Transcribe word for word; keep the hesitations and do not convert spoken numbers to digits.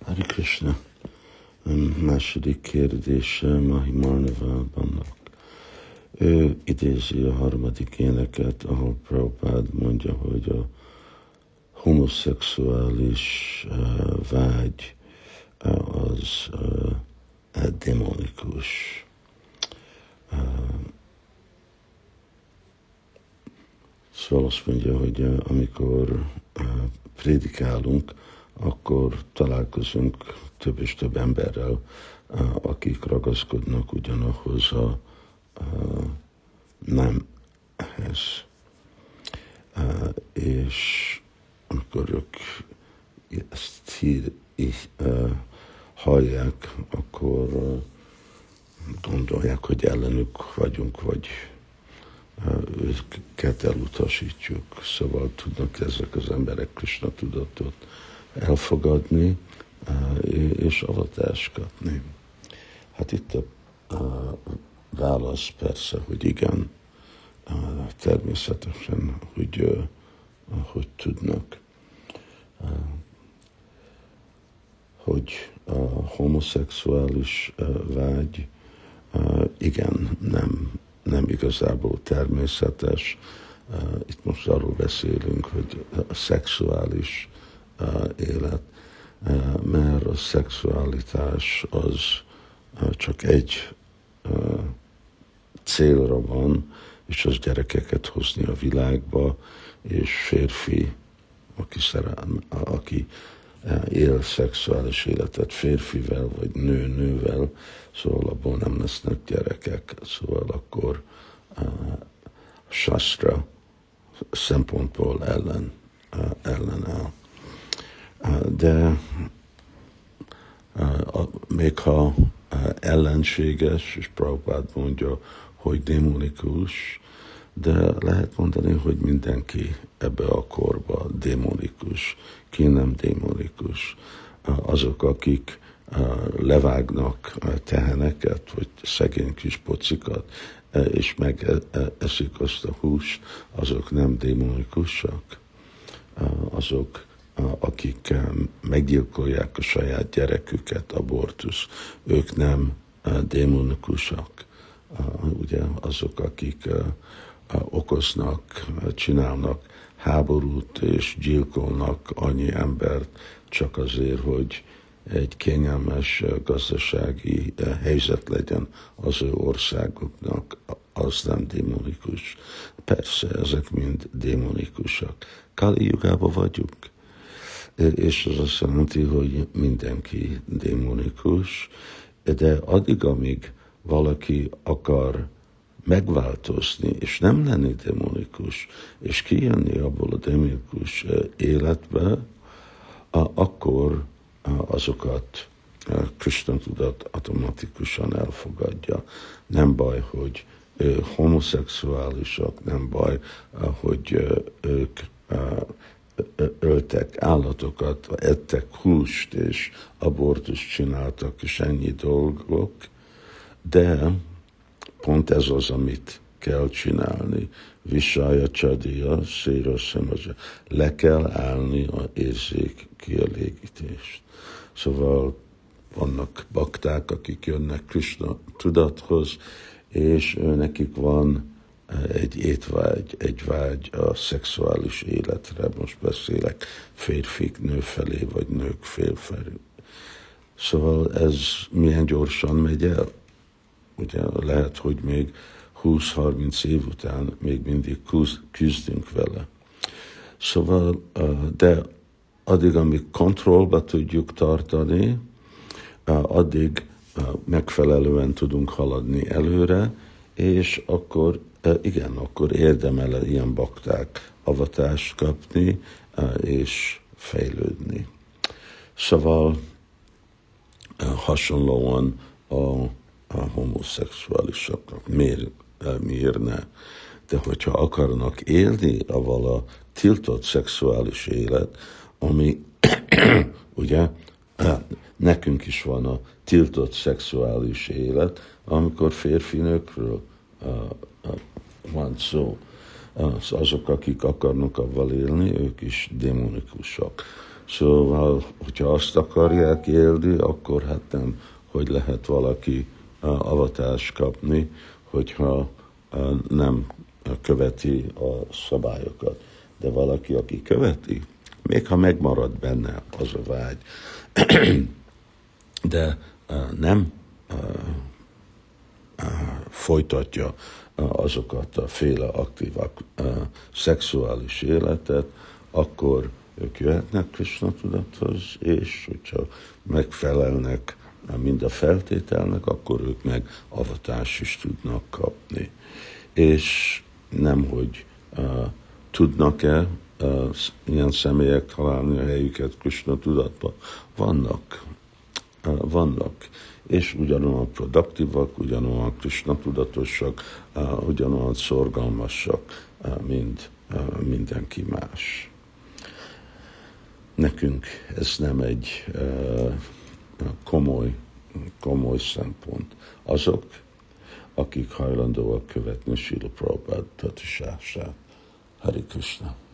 Hare Krishna. Második kérdése Mahimarnavában. Ő idézi a harmadik éneket, ahol Prabhupád mondja, hogy a homoszexuális uh, vágy uh, az uh, demonikus. Uh, szóval azt mondja, hogy uh, amikor uh, prédikálunk, akkor találkozunk több és több emberrel, akik ragaszkodnak ugyanahoz a, a nemhez. És amikor ők ezt hír, így, hallják, akkor gondolják, hogy ellenük vagyunk, vagy őket elutasítjuk. Szóval tudnak ezek az emberek Krishna tudatot elfogadni, és avatást kapni. Hát itt a válasz persze, hogy igen, természetesen, hogy, hogy tudnak. Hogy a homoszexuális vágy, igen, nem, nem igazából természetes. Itt most arról beszélünk, hogy a szexuális élet, mert a szexualitás az csak egy célra van, és az gyerekeket hozni a világba, és férfi, aki, szerel, aki él szexuális életet férfivel, vagy nő-nővel, szóval abból nem lesznek gyerekek, szóval akkor a sastra szempontból ellen, ellen áll. De még ha ellenséges, és Prabhupád mondja, hogy démonikus, de lehet mondani, hogy mindenki ebbe a korba démonikus, ki nem démonikus. Azok, akik levágnak teheneket, vagy szegény kis pocikat, és megeszik azt a húst, azok nem démonikusak. Azok, akik meggyilkolják a saját gyereküket, abortusz, ők nem démonikusak. Ugye azok, akik okoznak, csinálnak háborút és gyilkolnak annyi embert csak azért, hogy egy kényelmes gazdasági helyzet legyen az ő országuknak, az nem démonikus. Persze, ezek mind démonikusak. Kali jugában vagyunk, és az azt jelenti, hogy mindenki démonikus, de addig, amíg valaki akar megváltozni, és nem lenni démonikus, és kijönni abból a démonikus életbe, akkor azokat Krishna tudat automatikusan elfogadja. Nem baj, hogy homoszexuálisak, nem baj, hogy ők öltek állatokat, ettek húst, és abortust csináltak, és ennyi dolgok, de pont ez az, amit kell csinálni. Visája csadia, széra szemazsa. Le kell állni az érzék kielégítést. Szóval vannak bakták, akik jönnek Krishna tudathoz, és nekik van egy étvágy, egy vágy a szexuális életre. Most beszélek férfik nő felé, vagy nők férfelé. Szóval ez milyen gyorsan megy el. Ugye lehet, hogy még húsz-harminc év után még mindig küzdünk vele. Szóval, de addig, amíg kontrollba tudjuk tartani, addig megfelelően tudunk haladni előre, és akkor igen, akkor érdemel ilyen bakták avatást kapni, és fejlődni. Szóval hasonlóan a a homoszexuálisoknak. Miért, miért ne? De hogyha akarnak élni avval a tiltott szexuális élet, ami ugye nekünk is van a tiltott szexuális élet, amikor férfinőkről van szó. Azok, akik akarnak avval élni, ők is démonikusok. Szóval, hogyha azt akarják élni, akkor hát nem, hogy lehet valaki avatást kapni, hogyha nem követi a szabályokat. De valaki, aki követi, még ha megmarad benne az a vágy, de nem folytatja azokat a féle aktív szexuális életet, akkor ők jöhetnek Krishna tudathoz, és hogyha megfelelnek mind a feltételnek, akkor ők meg avatást is tudnak kapni. És nem, hogy uh, tudnak-e uh, ilyen személyek találni a helyüket Krishna tudatba. Vannak. Uh, vannak. És ugyanolyan produktívak, ugyanolyan Krishna tudatosak, uh, ugyanolyan szorgalmasak, uh, mint uh, mindenki más. Nekünk ez nem egy uh, komoly, komoly szempont. Azok, akik hajlandóak követni Srila Prabhupád tanítatását. Hare Krishna.